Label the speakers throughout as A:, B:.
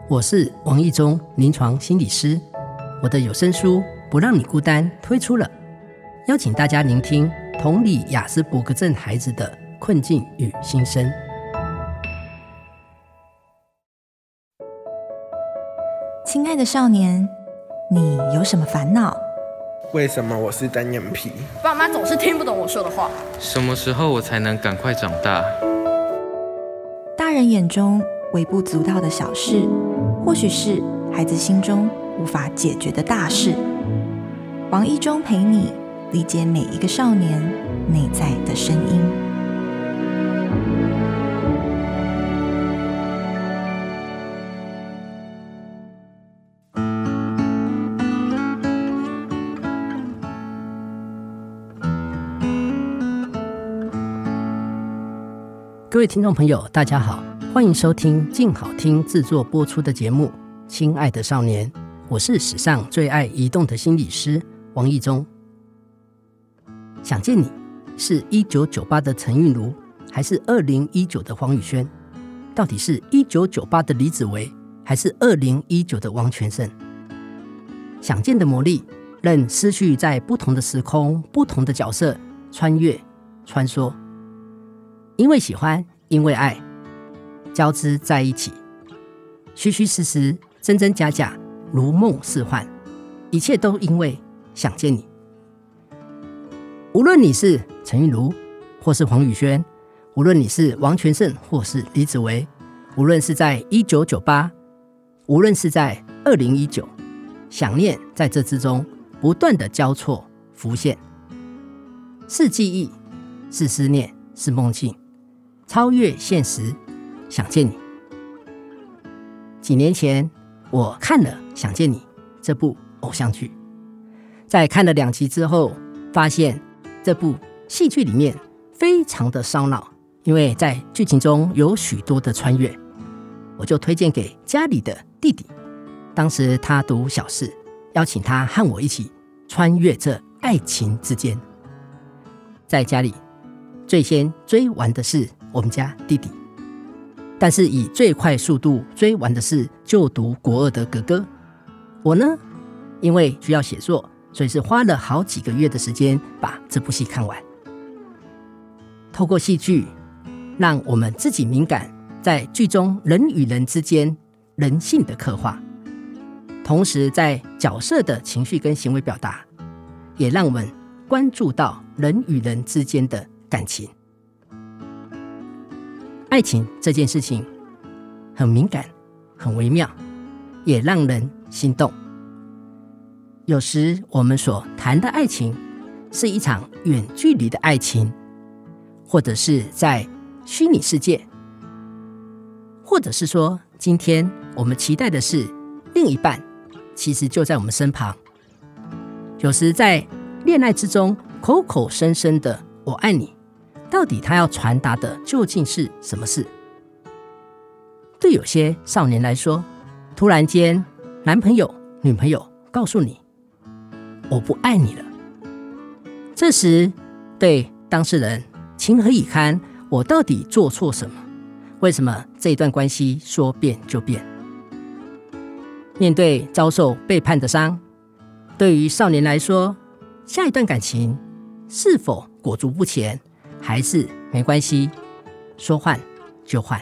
A: 我是王义中，临床心理师。我的有声书《不让你孤单》推出了，邀请大家聆听同理亚斯伯格症孩子的困境与心声。
B: 亲爱的少年，你有什么烦恼？
C: 为什么我是单眼皮？
D: 爸妈总是听不懂我说的话。
E: 什么时候我才能赶快长大？
B: 大人眼中微不足道的小事，或许是孩子心中无法解决的大事。王义中陪你理解每一个少年内在的声音。
A: 各位听众朋友大家好，欢迎收听静好听制作播出的节目《亲爱的少年》，我是史上最爱移动的心理师王义中。想见你是1998的陈韵如，还是2019的黄宇轩？到底是1998的李子维，还是2019的王全胜？想见的魔力让思绪在不同的时空、不同的角色穿越穿梭，因为喜欢，因为爱，交织在一起，虚虚实实，真真假假，如梦似幻，一切都因为想见你。无论你是陈韵如或是黄宇轩，无论你是王全胜或是李子维，无论是在1998，无论是在2019，想念在这之中不断的交错浮现，是记忆，是思念，是梦境，超越现实，想见你。几年前我看了《想见你》这部偶像剧，在看了2集之后，发现这部戏剧里面非常的烧脑，因为在剧情中有许多的穿越，我就推荐给家里的弟弟。当时他读小四，邀请他和我一起穿越这爱情之间。在家里最先追完的是我们家弟弟，但是以最快速度追完的是就读国2的哥哥。我呢，因为需要写作，所以是花了好几个月的时间把这部戏看完。透过戏剧，让我们自己敏感在剧中人与人之间人性的刻画，同时在角色的情绪跟行为表达，也让我们关注到人与人之间的感情。爱情这件事情很敏感，很微妙，也让人心动。有时我们所谈的爱情是一场远距离的爱情，或者是在虚拟世界，或者是说今天我们期待的是另一半其实就在我们身旁。有时在恋爱之中口口声声的我爱你，到底他要传达的究竟是什么事？对有些少年来说，突然间男朋友女朋友告诉你我不爱你了，这时对当事人情何以堪？我到底做错什么？为什么这一段关系说变就变？面对遭受背叛的伤，对于少年来说，下一段感情是否裹足不前，还是没关系，说换就换？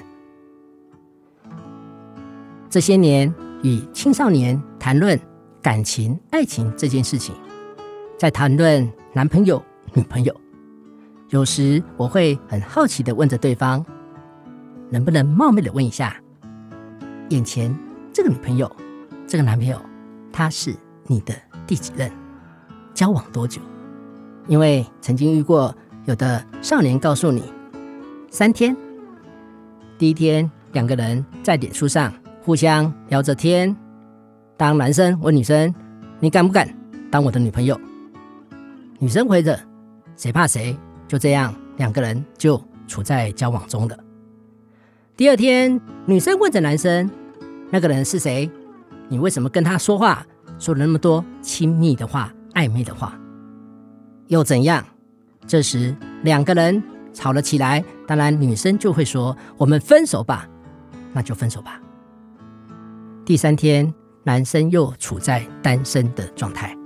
A: 这些年与青少年谈论感情、爱情这件事情，在谈论男朋友、女朋友，有时我会很好奇地问着对方，能不能冒昧地问一下，眼前这个女朋友、这个男朋友，他是你的第几任？交往多久？因为曾经遇过有的少年告诉你3天，第一天2个人在脸书上互相聊着天，当男生问女生，你敢不敢当我的女朋友？女生回着，谁怕谁，就这样2个人就处在交往中了。第二天女生问着男生，那个人是谁？你为什么跟他说话，说了那么多亲密的话、暧昧的话？又怎样？这时2个人吵了起来，当然女生就会说，我们分手吧。那就分手吧。 第3天，男生又处在单身的状态。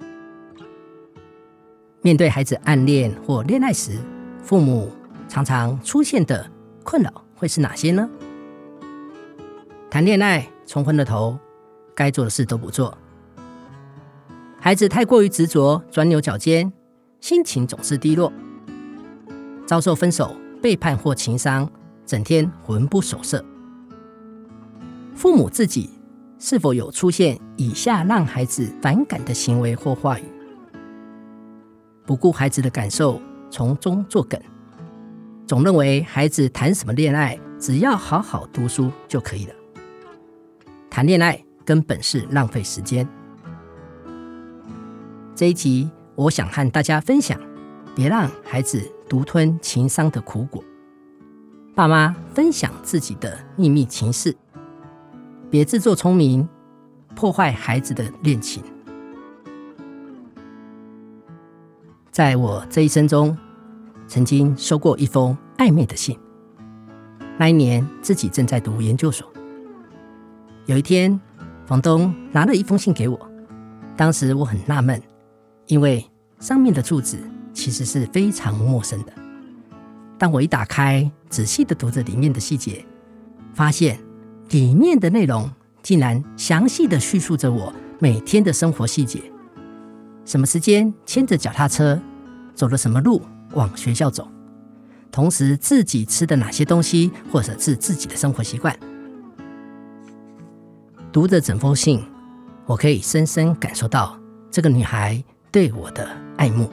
A: 面对孩子暗恋或恋爱时，父母常常出现的困扰会是哪些呢？谈恋爱冲昏了头，该做的事都不做，孩子太过于执着，钻牛角尖，心情总是低落，遭受分手、背叛或情伤，整天魂不守舍。父母自己是否有出现以下让孩子反感的行为或话语？不顾孩子的感受，从中作梗，总认为孩子谈什么恋爱，只要好好读书就可以了。谈恋爱根本是浪费时间。这一集我想和大家分享，别让孩子独吞情伤的苦果。爸妈分享自己的秘密情事，别自作聪明，破坏孩子的恋情。在我这一生中，曾经收过一封暧昧的信。那一年自己正在读研究所，有一天房东拿了一封信给我，当时我很纳闷，因为上面的住址其实是非常陌生的。当我一打开，仔细地读着里面的细节，发现里面的内容竟然详细地叙述着我每天的生活细节，什么时间牵着脚踏车，走了什么路往学校走，同时自己吃的哪些东西，或者是自己的生活习惯。读着整封信，我可以深深感受到这个女孩对我的爱慕。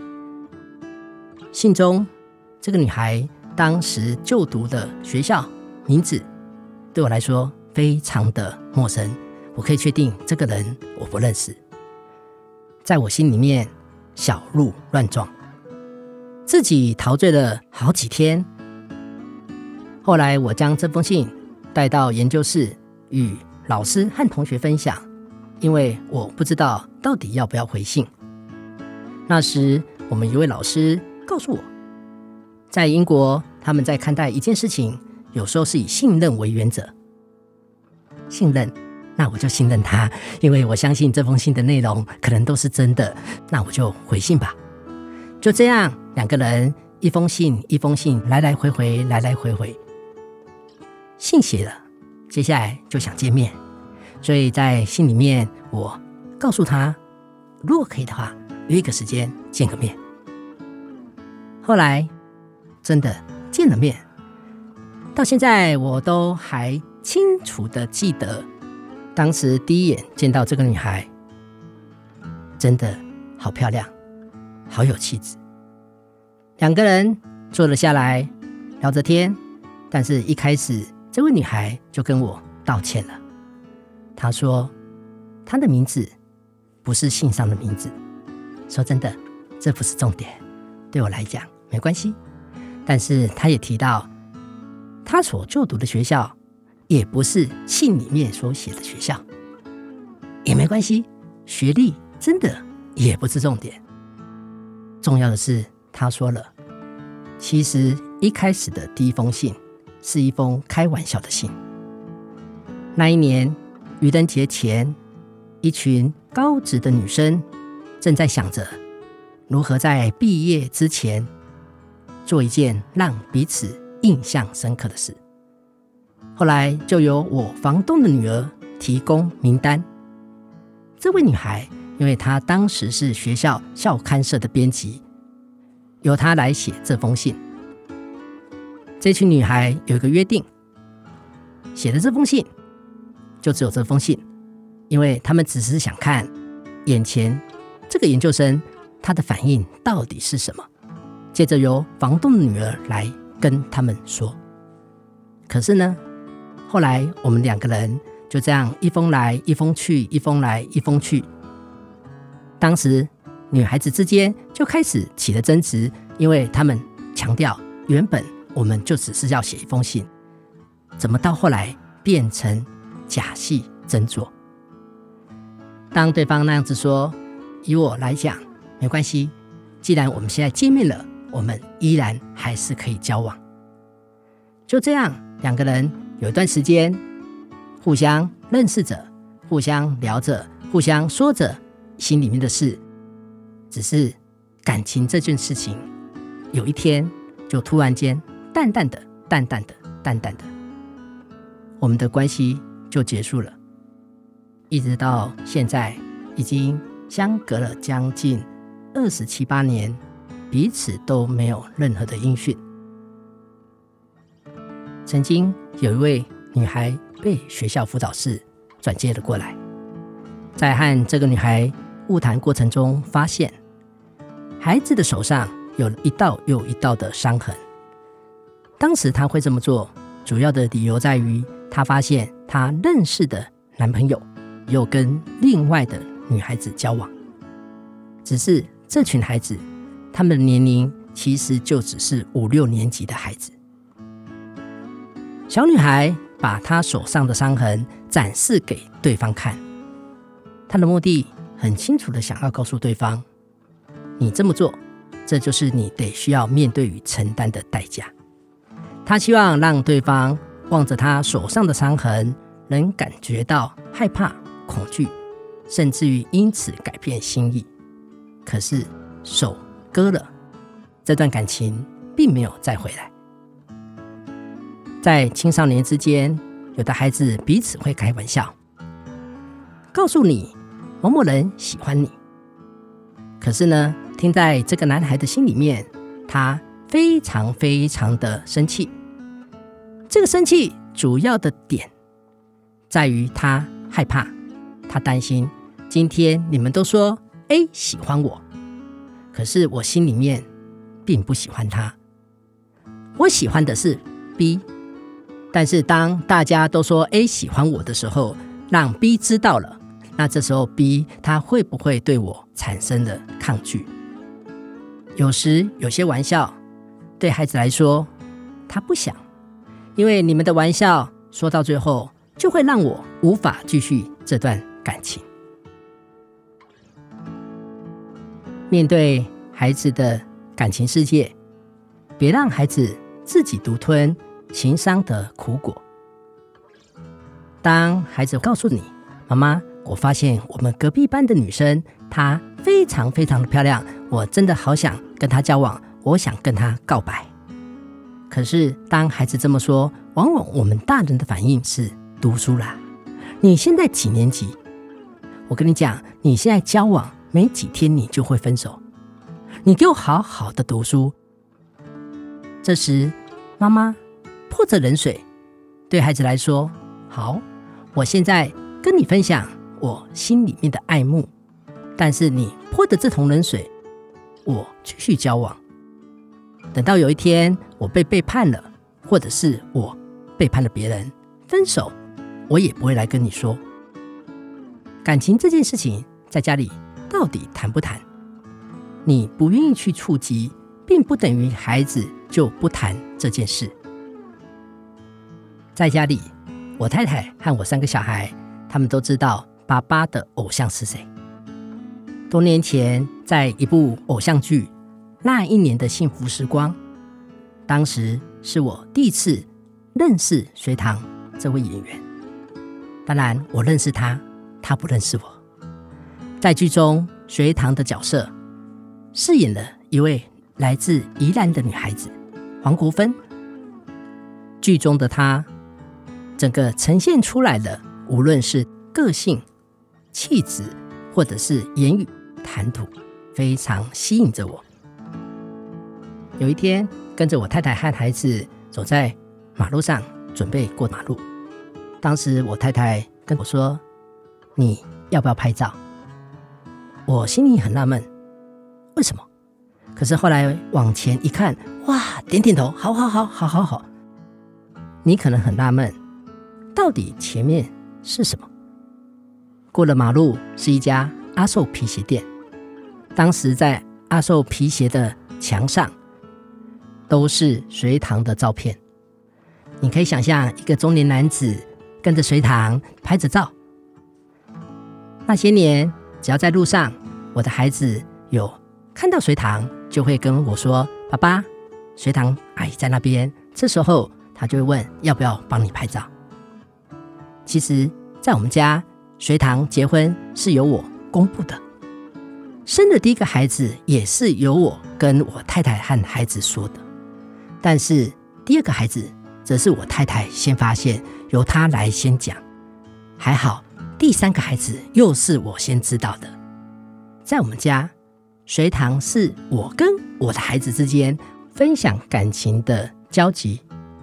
A: 信中这个女孩当时就读的学校名字对我来说非常的陌生，我可以确定这个人我不认识。在我心里面小鹿乱撞，自己陶醉了好几天。后来我将这封信带到研究室与老师和同学分享，因为我不知道到底要不要回信。那时我们一位老师告诉我，在英国他们在看待一件事情，有时候是以信任为原则。信任，那我就信任他，因为我相信这封信的内容可能都是真的，那我就回信吧。就这样，两个人一封信一封信，来来回回，来来回回。信写了，接下来就想见面，所以在信里面我告诉他，如果可以的话，约一个时间见个面。后来真的见了面，到现在我都还清楚的记得，当时第一眼见到这个女孩，真的好漂亮，好有气质。两个人坐了下来聊着天，但是一开始这位女孩就跟我道歉了。她说她的名字不是信上的名字，说真的，这不是重点，对我来讲没关系。但是她也提到她所就读的学校也不是信里面所写的学校，也没关系，学历真的也不是重点。重要的是她说了，其实一开始的第一封信是一封开玩笑的信。那一年愚人节前，一群高职的女生正在想着如何在毕业之前做一件让彼此印象深刻的事。后来就由我房东的女儿提供名单。这位女孩因为她当时是学校校刊社的编辑，由她来写这封信。这群女孩有一个约定，写的这封信就只有这封信，因为他们只是想看眼前这个研究生他的反应到底是什么，接着由房东的女儿来跟他们说。可是呢，后来我们两个人就这样一封来一封去，一封来一封去。当时女孩子之间就开始起了争执，因为他们强调原本我们就只是要写一封信，怎么到后来变成假戏真做？当对方那样子说，以我来讲没关系，既然我们现在见面了，我们依然还是可以交往。就这样，两个人有一段时间互相认识着，互相聊着，互相说着心里面的事。只是感情这件事情，有一天就突然间淡淡的，我们的关系就结束了。一直到现在已经相隔了将近27、8年，彼此都没有任何的音讯。曾经有一位女孩被学校辅导室转接了过来，在和这个女孩晤谈过程中，发现孩子的手上有一道又一道的伤痕。当时她会这么做，主要的理由在于她发现她认识的男朋友又跟另外的女孩子交往，只是这群孩子他们的年龄其实就只是5、6年级的孩子。小女孩把她手上的伤痕展示给对方看，她的目的很清楚的想要告诉对方，你这么做，这就是你得需要面对与承担的代价。她希望让对方望着她手上的伤痕，能感觉到害怕、恐惧，甚至于因此改变心意。可是手割了，这段感情并没有再回来。在青少年之间，有的孩子彼此会开玩笑，告诉你某某人喜欢你。可是呢，听在这个男孩的心里面，他非常的生气。这个生气主要的点在于他害怕，他担心今天你们都说 A 喜欢我，可是我心里面并不喜欢他，我喜欢的是 B。 但是当大家都说 A 喜欢我的时候，让 B 知道了，那这时候 B 他会不会对我产生了抗拒？有时有些玩笑对孩子来说他不想，因为你们的玩笑说到最后就会让我无法继续这段感情。面对孩子的感情世界，别让孩子自己独吞情伤的苦果。当孩子告诉你，妈妈，我发现我们隔壁班的女生她非常的漂亮，我真的好想跟她交往，我想跟她告白。可是当孩子这么说，往往我们大人的反应是读书啦，你现在几年级？我跟你讲，你现在交往没几天你就会分手，你给我好好的读书。这时妈妈泼着冷水，对孩子来说，好，我现在跟你分享我心里面的爱慕，但是你泼的这桶冷水，我继续交往。等到有一天我被背叛了，或者是我背叛了别人，分手，我也不会来跟你说。感情这件事情在家里到底谈不谈？你不愿意去触及，并不等于孩子就不谈这件事。在家里，我太太和我3个小孩，他们都知道爸爸的偶像是谁。多年前，在一部偶像剧《那一年的幸福时光》，当时是我第一次认识隋棠这位演员。当然，我认识他，他不认识我。在剧中，隋棠的角色饰演了一位来自宜兰的女孩子黄国芬。剧中的她整个呈现出来的，无论是个性、气质，或者是言语谈吐，非常吸引着我。有一天，跟着我太太和孩子走在马路上，准备过马路。当时我太太跟我说，你要不要拍照？我心里很纳闷，为什么？可是后来往前一看，哇，点点头，好。你可能很纳闷，到底前面是什么？过了马路是一家阿寿皮鞋店，当时在阿寿皮鞋的墙上都是隋棠的照片。你可以想象一个中年男子跟着隋棠拍着照。那些年，只要在路上，我的孩子有看到隋棠，就会跟我说，爸爸，隋棠阿姨在那边。这时候他就会问，要不要帮你拍照？ 其实在我们家，随堂结婚是由我公布的，生的第一个孩子也是由我跟我太太和孩子说的，但是第二个孩子则是我太太先发现，由她来先讲。还好第三个孩子又是我先知道的。在我们家，随堂是我跟我的孩子之间分享感情的交集。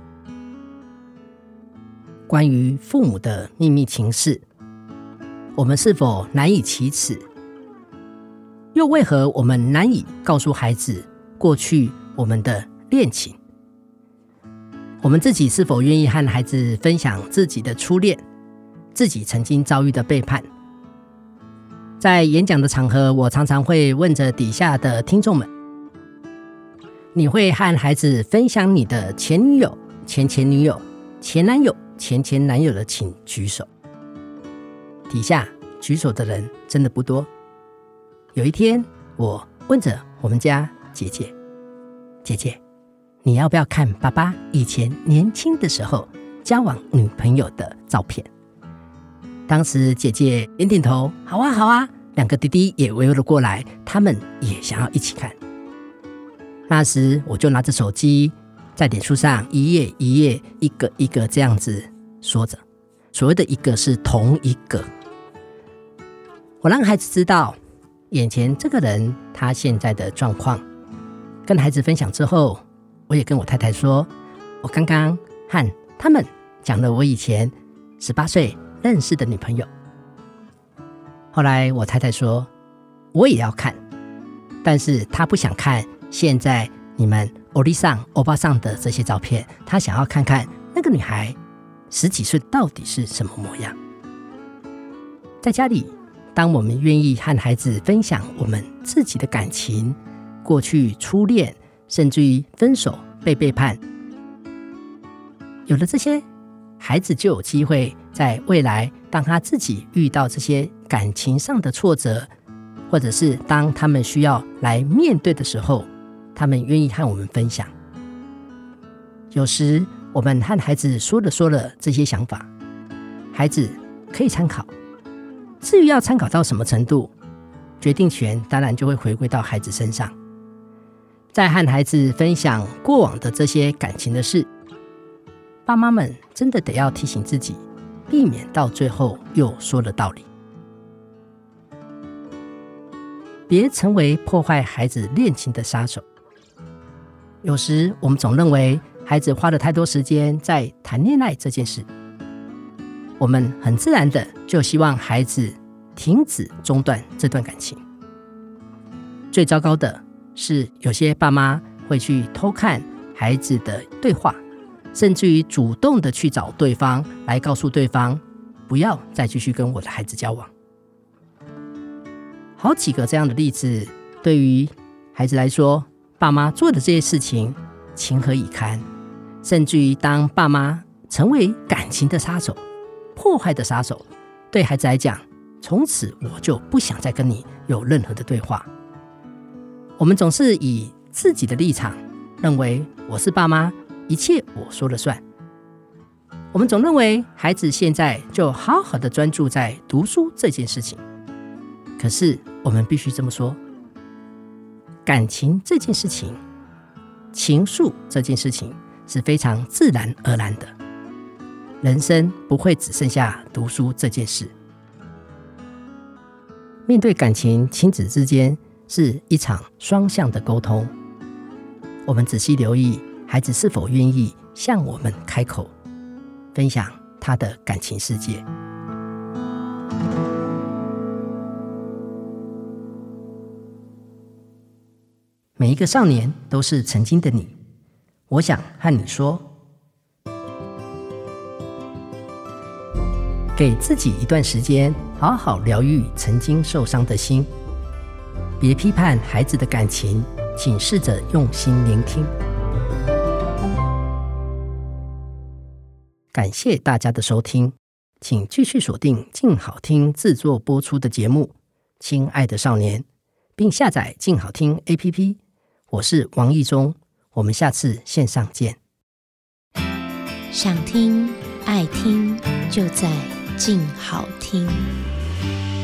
A: 关于父母的秘密情事，我们是否难以启齿？又为何我们难以告诉孩子过去我们的恋情？我们自己是否愿意和孩子分享自己的初恋，自己曾经遭遇的背叛？在演讲的场合，我常常会问着底下的听众们，你会和孩子分享你的前女友、前前女友、前男友、前前男友的请举手。底下举手的人真的不多。有一天，我问着我们家姐姐，姐姐，你要不要看爸爸以前年轻的时候交往女朋友的照片？当时姐姐点点头，好啊好啊，两个弟弟也围了过来，他们也想要一起看。那时我就拿着手机在脸书上一页一页一个一个这样子说着，所谓的一个是同一个。我让孩子知道眼前这个人他现在的状况，跟孩子分享之后，我也跟我太太说，我刚刚和他们讲了我以前18岁认识的女朋友。后来我太太说，我也要看，但是她不想看现在你们欧丽桑、欧巴桑的这些照片，她想要看看那个女孩10几岁到底是什么模样。在家里，当我们愿意和孩子分享我们自己的感情，过去初恋，甚至于分手、被背叛，有了这些，孩子就有机会在未来，当他自己遇到这些感情上的挫折，或者是当他们需要来面对的时候，他们愿意和我们分享。有时我们和孩子说了这些想法，孩子可以参考。至于要参考到什么程度，决定权当然就会回归到孩子身上。在和孩子分享过往的这些感情的事，爸妈们真的得要提醒自己，避免到最后又说了道理。别成为破坏孩子恋情的杀手。有时我们总认为孩子花了太多时间在谈恋爱这件事，我们很自然的就希望孩子停止中断这段感情。最糟糕的是，有些爸妈会去偷看孩子的对话，甚至于主动的去找对方来告诉对方，不要再继续跟我的孩子交往。好几个这样的例子，对于孩子来说，爸妈做的这些事情情何以堪？甚至于当爸妈成为感情的杀手、破坏的杀手，对孩子来讲，从此我就不想再跟你有任何的对话。我们总是以自己的立场认为我是爸妈，一切我说了算。我们总认为孩子现在就好好的专注在读书这件事情。可是我们必须这么说，感情这件事情，情愫这件事情是非常自然而然的。人生不会只剩下读书这件事。面对感情，亲子之间是一场双向的沟通。我们仔细留意孩子是否愿意向我们开口，分享他的感情世界。每一个少年都是曾经的你，我想和你说，给自己一段时间，好好疗愈曾经受伤的心。别批判孩子的感情，请试着用心聆听。感谢大家的收听，请继续锁定静好听制作播出的节目《亲爱的少年》，并下载静好听 APP。我是王义忠，我们下次线上见。
B: 想听
F: 爱听就在静好听。